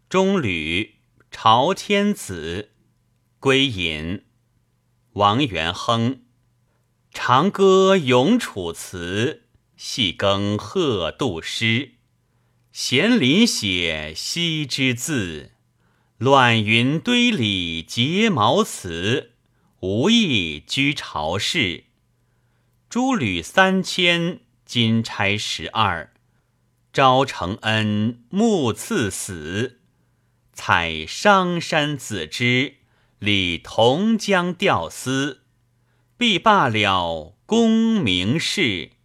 中吕朝天子。归隐。王元亨。长歌咏楚辞，细耕贺杜诗。闲林写西之字，乱云堆里结茅茨。无意居朝事。诸吕3000，金钗12。昭承恩，穆赐死。采商山子之，理同江钓丝。必罢了功名事。